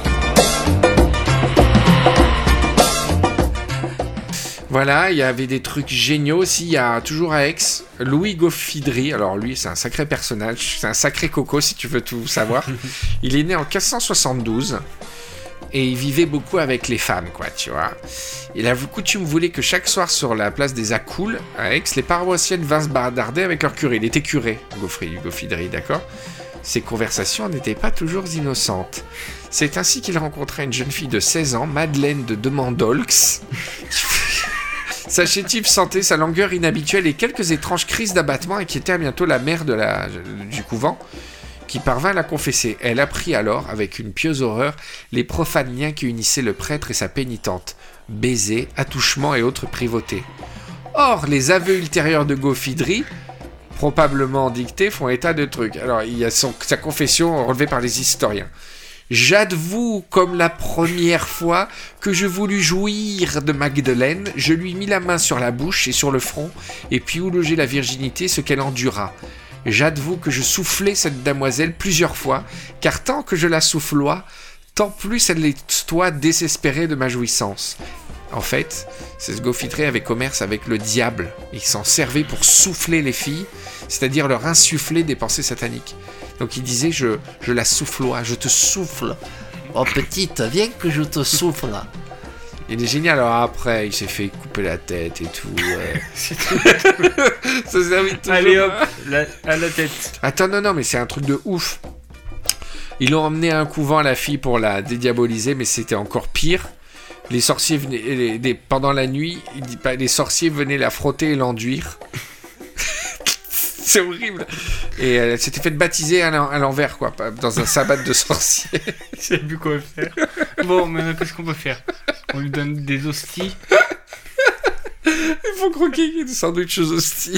Voilà, il y avait des trucs géniaux aussi. Il y a toujours à Aix, Louis Gaufidry. Alors lui, c'est un sacré personnage, c'est un sacré coco si tu veux tout savoir. Il est né en 1572 et il vivait beaucoup avec les femmes, quoi, tu vois. Et la coutume voulait que chaque soir sur la place des Accoules, à Aix, les paroissiennes vinssent badarder avec leur curé. Il était curé, Gaufidry, d'accord ? Ces conversations n'étaient pas toujours innocentes. C'est ainsi qu'il rencontra une jeune fille de 16 ans, Madeleine de Demandolx. Sa chétive santé, sa langueur inhabituelle et quelques étranges crises d'abattement inquiétèrent bientôt la mère du couvent, qui parvint à la confesser. Elle apprit alors, avec une pieuse horreur, les profanes liens qui unissaient le prêtre et sa pénitente. Baisers, attouchements et autres privautés. Or, les aveux ultérieurs de Gaufidry, probablement dictés, font état de trucs. Alors, il y a sa confession relevée par les historiens. J'avoue, comme la première fois, que je voulus jouir de Magdeleine, je lui mis la main sur la bouche et sur le front, et puis où loger la virginité, ce qu'elle endura. J'avoue que je soufflai cette damoiselle plusieurs fois, car tant que je la soufflois, tant plus elle était désespérée de ma jouissance. En fait, ce Goffitré avait commerce avec le diable. Il s'en servait pour souffler les filles, c'est-à-dire leur insuffler des pensées sataniques. Donc il disait, je la soufflois, je te souffle. Oh petite, viens que je te souffle. Il est génial. Alors après, il s'est fait couper la tête et tout. C'est tout. Ça servit toujours. Allez hop, à la tête. Attends, non, mais c'est un truc de ouf. Ils l'ont emmené à un couvent à la fille pour la dédiaboliser, mais c'était encore pire. Les sorciers venaient, pendant la nuit, les sorciers venaient la frotter et l'enduire. C'est horrible. Et elle s'était fait baptiser à l'envers, quoi, dans un sabbat de sorciers. Je sais plus quoi faire. Bon, maintenant, qu'est-ce qu'on peut faire? On lui donne des hosties. Il faut croquer des sandwichs aux hosties.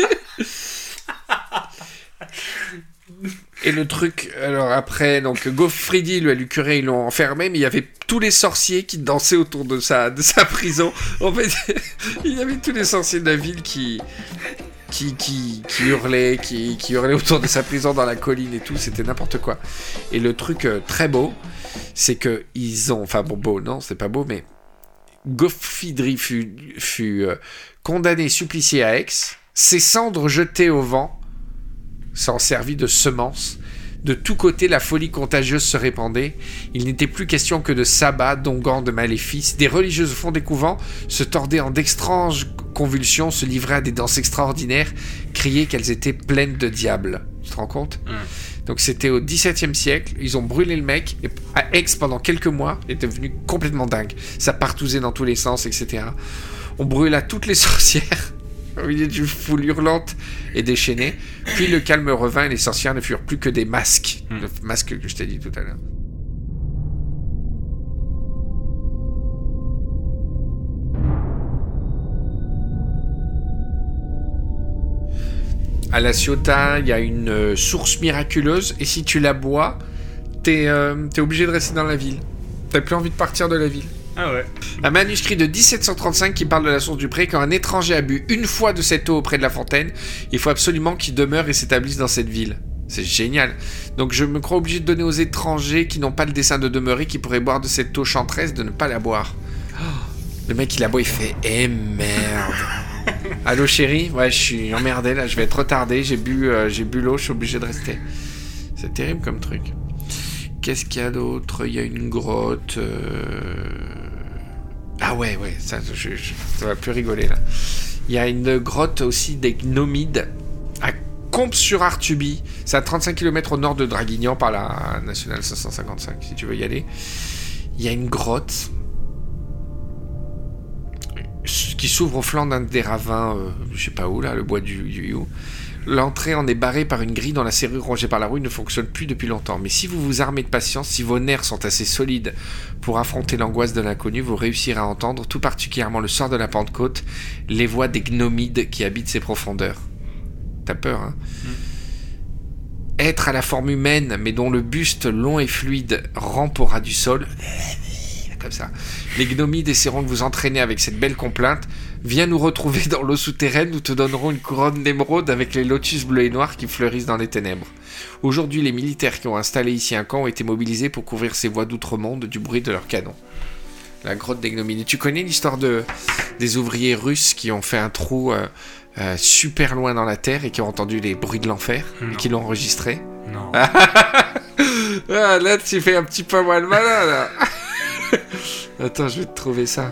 Et le truc, alors après, donc Goffridi, le curé, ils l'ont enfermé, mais il y avait tous les sorciers qui dansaient autour de sa prison. En fait, il y avait tous les sorciers de la ville qui hurlaient, qui hurlaient autour de sa prison dans la colline et tout, c'était n'importe quoi. Et le truc très beau, c'est que ils ont, enfin bon, beau, non, c'est pas beau, mais Goffridi fut condamné, supplicié à Aix, ses cendres jetées au vent, s'en servit de semence. De tous côtés, la folie contagieuse se répandait. Il n'était plus question que de sabbat, d'onguents, de maléfices. Des religieuses au fond des couvents se tordaient en d'étranges convulsions, se livraient à des danses extraordinaires, criaient qu'elles étaient pleines de diables. Tu te rends compte ? Donc c'était au XVIIe siècle. Ils ont brûlé le mec. Et à Aix, pendant quelques mois, il est devenu complètement dingue. Ça partousait dans tous les sens, etc. On brûla toutes les sorcières au milieu d'une foule hurlante et déchaînée. Puis le calme revint et les sorcières ne furent plus que des masques. Le masque que je t'ai dit tout à l'heure. À La Ciotat, il y a une source miraculeuse et si tu la bois, t'es obligé de rester dans la ville. T'as plus envie de partir de la ville. Ah ouais. Un manuscrit de 1735 qui parle de la source du Pré. Quand un étranger a bu une fois de cette eau auprès de la fontaine, il faut absolument qu'il demeure et s'établisse dans cette ville. C'est génial. Donc je me crois obligé de donner aux étrangers qui n'ont pas le dessein de demeurer, qui pourraient boire de cette eau chanteresse, de ne pas la boire. Oh, le mec il la boit, il fait « Eh merde !» Allô chérie ? Ouais, je suis emmerdé là, je vais être retardé, j'ai bu l'eau, je suis obligé de rester. C'est terrible comme truc. Qu'est-ce qu'il y a d'autre ? Il y a une grotte... Ah ouais, ça va plus rigoler là. Il y a une grotte aussi des Gnomides à Comps-sur-Artuby. C'est à 35 km au nord de Draguignan par la nationale 555, si tu veux y aller. Il y a une grotte qui s'ouvre au flanc d'un des ravins, je sais pas où là, le bois du You. L'entrée en est barrée par une grille dont la serrure rongée par la rouille ne fonctionne plus depuis longtemps. Mais si vous vous armez de patience, si vos nerfs sont assez solides pour affronter l'angoisse de l'inconnu, vous réussirez à entendre, tout particulièrement le soir de la Pentecôte, les voix des Gnomides qui habitent ces profondeurs. T'as peur, hein ? Être à la forme humaine, mais dont le buste long et fluide rampe au ras du sol... Comme ça. Les Gnomides essaieront de vous entraîner avec cette belle complainte. Viens nous retrouver dans l'eau souterraine, nous te donnerons une couronne d'émeraude avec les lotus bleus et noirs qui fleurissent dans les ténèbres. Aujourd'hui, les militaires qui ont installé ici un camp ont été mobilisés pour couvrir ces voies d'outre-monde du bruit de leurs canons. La grotte des Gnomides. Tu connais l'histoire des ouvriers russes qui ont fait un trou super loin dans la terre et qui ont entendu les bruits de l'enfer et qui l'ont enregistré ? Non. Ah, là, tu fais un petit peu moins le malin, là. Attends, je vais te trouver ça.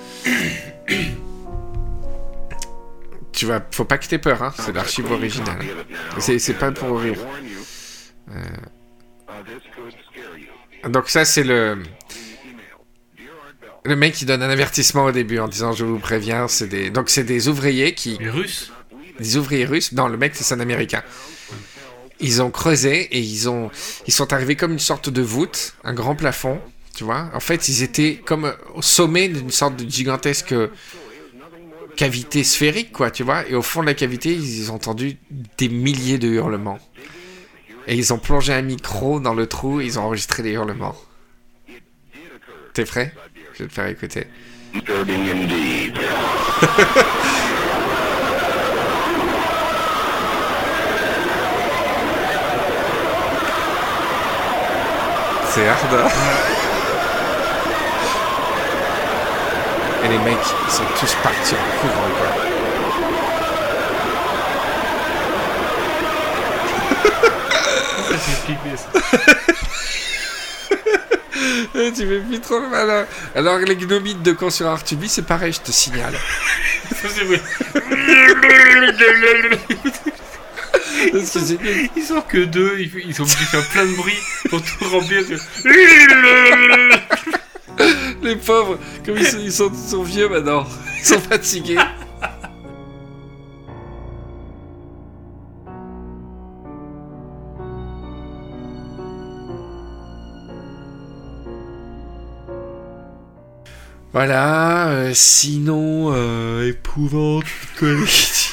Faut pas que t'aies peur, hein. C'est l'archive originale. C'est pas pour rire. Donc ça, c'est le mec qui donne un avertissement au début en disant je vous préviens, c'est des ouvriers qui... Les Russes ? Des ouvriers russes. Non, le mec c'est un Américain. Ils ont creusé et ils sont arrivés comme une sorte de voûte, un grand plafond. Tu vois, en fait, ils étaient comme au sommet d'une sorte de gigantesque cavité sphérique, quoi, tu vois. Et au fond de la cavité, ils ont entendu des milliers de hurlements. Et ils ont plongé un micro dans le trou et ils ont enregistré les hurlements. T'es prêt ? Je vais te faire écouter. C'est hard, hein. Et les mecs, ils sont tous partis en courant, quoi. Ça fait flipper, ça. Tu fais plus trop le malin. Alors les gnomites de camp sur Artubi, c'est pareil, je te signale. Ça, c'est vrai. Ils sont que deux, ils sont obligés de faire plein de bruit pour tout remplir. Les pauvres, comme ils sont vieux maintenant, ils sont fatigués. Voilà, sinon, épouvante collective.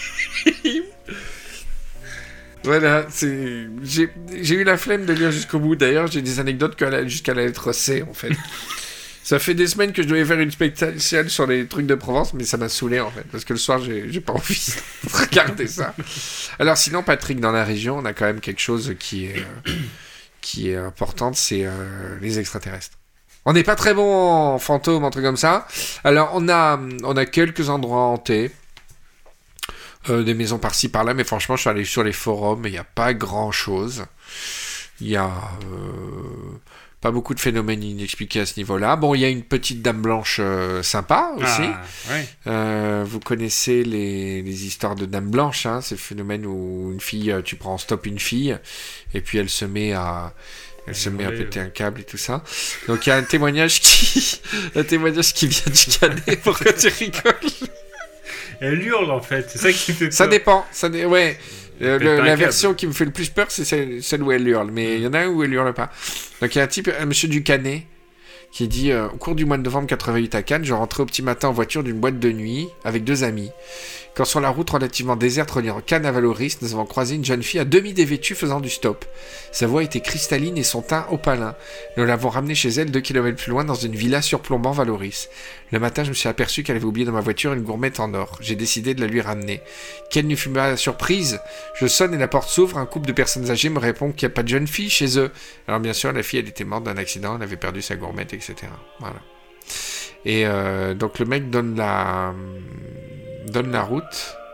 Voilà, j'ai eu la flemme de lire jusqu'au bout. D'ailleurs, j'ai des anecdotes jusqu'à la lettre C, en fait. Ça fait des semaines que je devais faire une spéciale sur les trucs de Provence, mais ça m'a saoulé, en fait. Parce que le soir, j'ai pas envie de regarder ça. Alors sinon, Patrick, dans la région, on a quand même quelque chose qui est important, c'est les extraterrestres. On n'est pas très bon en fantômes, en trucs comme ça. Alors, on a quelques endroits hantés. Des maisons par-ci, par-là. Mais franchement, je suis allé sur les forums et il n'y a pas grand-chose. Il y a pas beaucoup de phénomènes inexpliqués à ce niveau-là. Bon, il y a une petite dame blanche sympa aussi. Ah, ouais. Vous connaissez les histoires de dame blanche, hein, ces phénomènes où une fille, tu prends en stop une fille et puis elle se met à péter un câble et tout ça. Donc il y a un témoignage qui vient du Canet. Pourquoi tu rigoles ? Elle hurle en fait, c'est ça qui me fait peur. Ça dépend, ouais. La version qui me fait le plus peur, c'est celle où elle hurle. Mais il y en a un où elle hurle pas. Donc il y a un monsieur du Canet qui dit au cours du mois de novembre 88 à Cannes, je rentrais au petit matin en voiture d'une boîte de nuit avec 2 amis. Quand sur la route relativement déserte reliant Cannes à Valoris, nous avons croisé une jeune fille à demi dévêtue faisant du stop. Sa voix était cristalline et son teint opalin. Nous l'avons ramenée chez elle 2 km plus loin dans une villa surplombant Valoris. Le matin, je me suis aperçu qu'elle avait oublié dans ma voiture une gourmette en or. J'ai décidé de la lui ramener. Quelle ne fut ma surprise ? Je sonne et la porte s'ouvre. Un couple de personnes âgées me répond qu'il n'y a pas de jeune fille chez eux. Alors bien sûr, la fille, elle était morte d'un accident, elle avait perdu sa gourmette, etc. Voilà. Et donc le mec donne la route.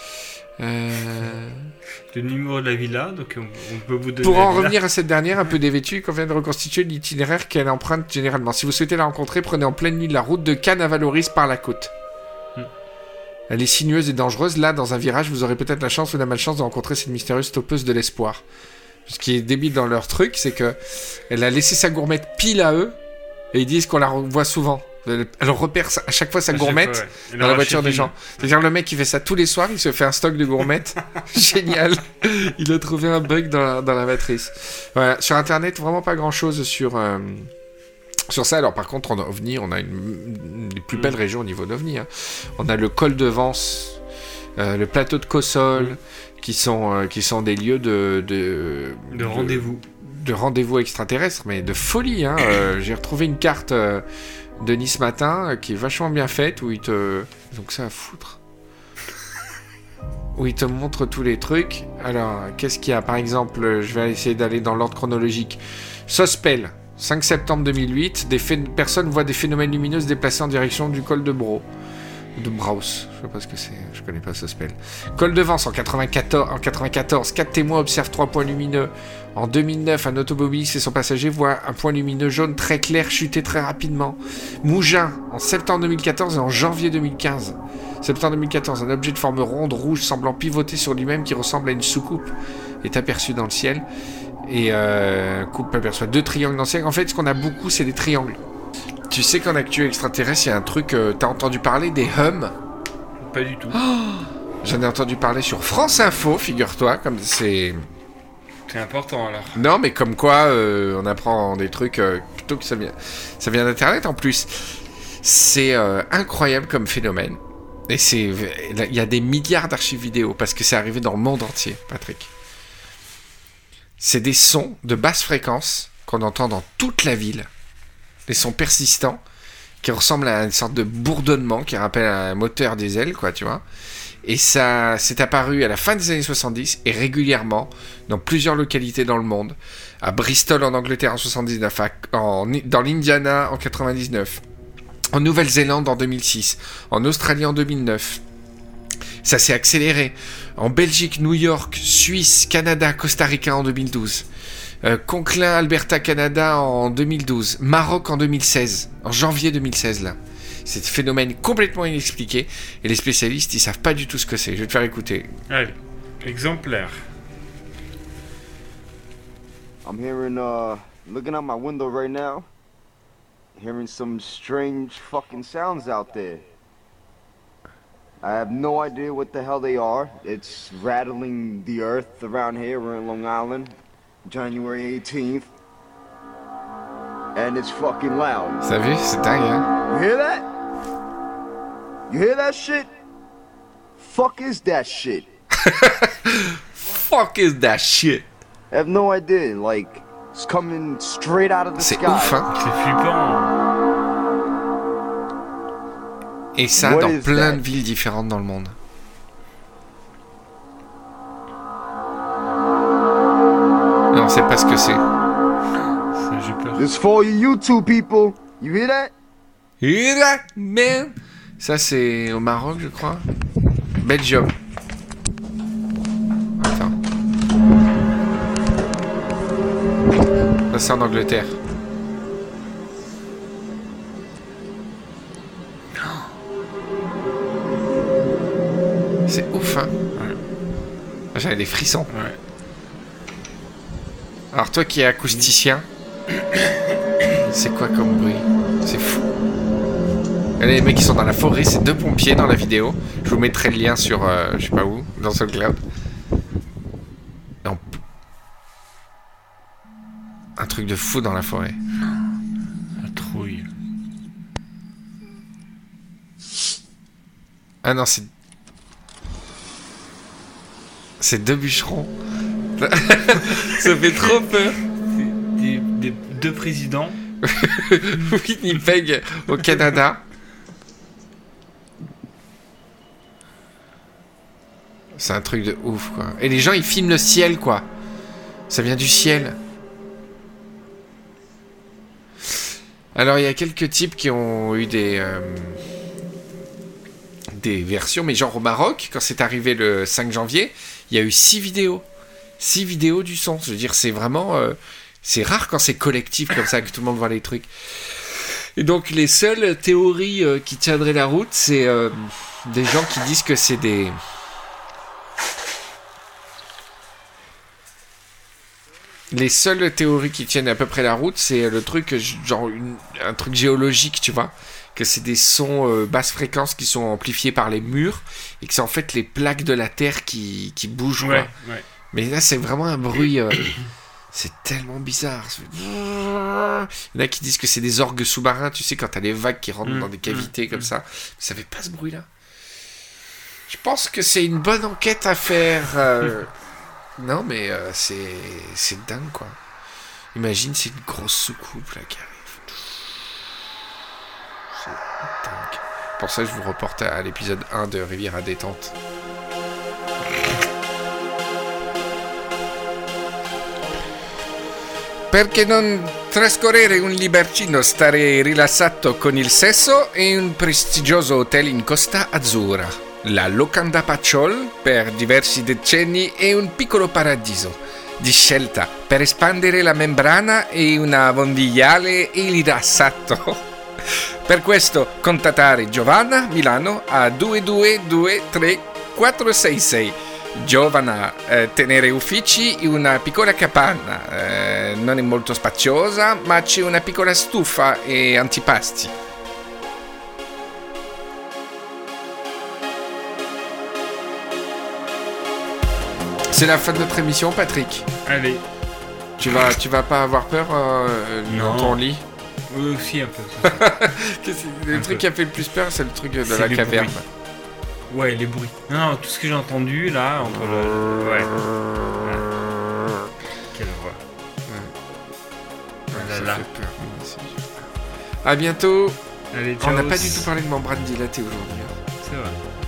Le numéro de la villa, donc on peut vous donner. Pour en revenir à cette dernière, un peu dévêtue, il convient de reconstituer l'itinéraire qu'elle emprunte généralement. Si vous souhaitez la rencontrer, prenez en pleine nuit la route de Cannes à Valoris par la côte. Elle est sinueuse et dangereuse. Là, dans un virage, vous aurez peut-être la chance ou la malchance de rencontrer cette mystérieuse stoppeuse de l'espoir. Ce qui est débile dans leur truc, c'est que elle a laissé sa gourmette pile à eux, et ils disent qu'on la revoit souvent. Elle repère à chaque fois sa gourmette dans la voiture des gens. C'est-à-dire le mec qui fait ça tous les soirs, il se fait un stock de gourmettes. Génial. Il a trouvé un bug dans la matrice. Voilà. Sur Internet, vraiment pas grand-chose sur ça. Alors par contre, en OVNI, on a une des plus belles régions au niveau d'OVNI. Hein. On a le col de Vence, le plateau de Cossol, qui sont des lieux de rendez-vous. De rendez-vous extraterrestres, mais de folie. Hein. J'ai retrouvé une carte de Nice Matin qui est vachement bien faite, où ils te... Donc ça à foutre. Où ils te montrent tous les trucs. Alors, qu'est-ce qu'il y a ? Par exemple, je vais essayer d'aller dans l'ordre chronologique. Sospel, 5 septembre 2008, personnes voient des phénomènes lumineux se déplacer en direction du col de Braus. Je sais pas ce que c'est, je connais pas Sospel. Col de Vence en 94, 4 témoins observent 3 points lumineux. En 2009, un automobiliste et son passager voient un point lumineux jaune très clair chuter très rapidement. Mougins, en septembre 2014 et en janvier 2015. Septembre 2014, un objet de forme ronde, rouge, semblant pivoter sur lui-même qui ressemble à une soucoupe est aperçu dans le ciel. Et coupe aperçoit 2 triangles dans le ciel. En fait, ce qu'on a beaucoup, c'est des triangles. Tu sais qu'en actu extraterrestre, il y a un truc... t'as entendu parler des hums ? Pas du tout. J'en ai entendu parler sur France Info, figure-toi, comme c'est... C'est important, alors. Non, mais comme quoi, on apprend des trucs plutôt que ça vient d'Internet, en plus. C'est incroyable comme phénomène. Et il y a des milliards d'archives vidéo, parce que c'est arrivé dans le monde entier, Patrick. c'est des sons de basse fréquence qu'on entend dans toute la ville. Des sons persistants qui ressemblent à une sorte de bourdonnement qui rappelle un moteur diesel, quoi, tu vois. Et ça s'est apparu à la fin des années 70 et régulièrement dans plusieurs localités dans le monde. À Bristol en Angleterre en 79, dans l'Indiana en 99, en Nouvelle-Zélande en 2006, en Australie en 2009. Ça s'est accéléré en Belgique, New York, Suisse, Canada, Costa Rica en 2012. Conklin, Alberta, Canada en 2012. Maroc en 2016. En janvier 2016, là. C'est un phénomène complètement inexpliqué. Et les spécialistes, ils savent pas du tout ce que c'est. Je vais te faire écouter. Allez, exemplaire. I'm hearing, looking out my window right now, hearing some strange fucking sounds out there. I have no idea what the hell they are. It's rattling the earth around here. We're in Long Island, January 18th. And it's fucking loud. Ça vu? C'est dingue, hein? You hear that? You hear that shit? Fuck is that shit? Fuck is that shit? I have no idea. Like, it's coming straight out of the C'est sky. ouf, hein? C'est flippant. Et ça, What dans is plein that? de villes différentes dans le monde. Non, on sait pas ce que c'est. Ça, j'ai peur. This for you YouTube people. You hear that? Irak, man. Ça, c'est au Maroc, je crois. Belgium. Attends. Ça, c'est en Angleterre. C'est ouf, hein? Ouais. J'avais des frissons. Ouais. Alors, toi qui es acousticien, c'est quoi comme bruit? C'est fou. Allez, les mecs qui sont dans la forêt, c'est 2 pompiers dans la vidéo. Je vous mettrai le lien sur, je sais pas où, dans SoundCloud. Un truc de fou dans la forêt. La trouille. Ah non, c'est 2 bûcherons. Ça fait trop peur. Des 2 présidents. Winnipeg au Canada. C'est un truc de ouf, quoi. Et les gens, ils filment le ciel, quoi. Ça vient du ciel. Alors, il y a quelques types qui ont eu des versions, mais genre au Maroc, quand c'est arrivé le 5 janvier, il y a eu 6 vidéos. 6 vidéos du son. Je veux dire, c'est vraiment... c'est rare quand c'est collectif comme ça, que tout le monde voit les trucs. Et donc, les seules théories qui tiendraient la route, c'est des gens qui disent que c'est des... Les seules théories qui tiennent à peu près la route, c'est le truc, genre un truc géologique, tu vois. Que c'est des sons basse fréquence qui sont amplifiés par les murs et que c'est en fait les plaques de la Terre qui bougent, quoi. Ouais, ouais. Mais là, c'est vraiment un bruit... c'est tellement bizarre. Il y en a qui disent que c'est des orgues sous-marins, tu sais, quand t'as les vagues qui rentrent dans des cavités comme ça. Ça fait pas ce bruit-là. Je pense que c'est une bonne enquête à faire... Non, mais c'est dingue, quoi. Imagine, c'est une grosse soucoupe, là, qui arrive. C'est dingue. Pour ça, je vous reporte à l'épisode 1 de Riviera Détente. Perché non trascorrere un libercino, stare rilassato con il sesso in un prestigioso hotel in Costa Azzurra. La Locanda Pacciol, per diversi decenni, è un piccolo paradiso di scelta per espandere la membrana e una bombigliale e rilassato. Per questo contattare Giovanna Milano a 2223466. Giovanna, tenere uffici in una piccola capanna, non è molto spaziosa, ma c'è una piccola stufa e antipasti. C'est la fin de notre émission, Patrick. Allez. Tu vas pas avoir peur dans ton lit? Oui, aussi un peu. Le truc qui a fait le plus peur, c'est le truc de C'est la les caverne. bruits. Ouais, les bruits. Non, tout ce que j'ai entendu là, entre le... Ouais. Quelle horreur. À bientôt. Allez, On n'a pas du tout parlé de membrane dilatée aujourd'hui. C'est vrai.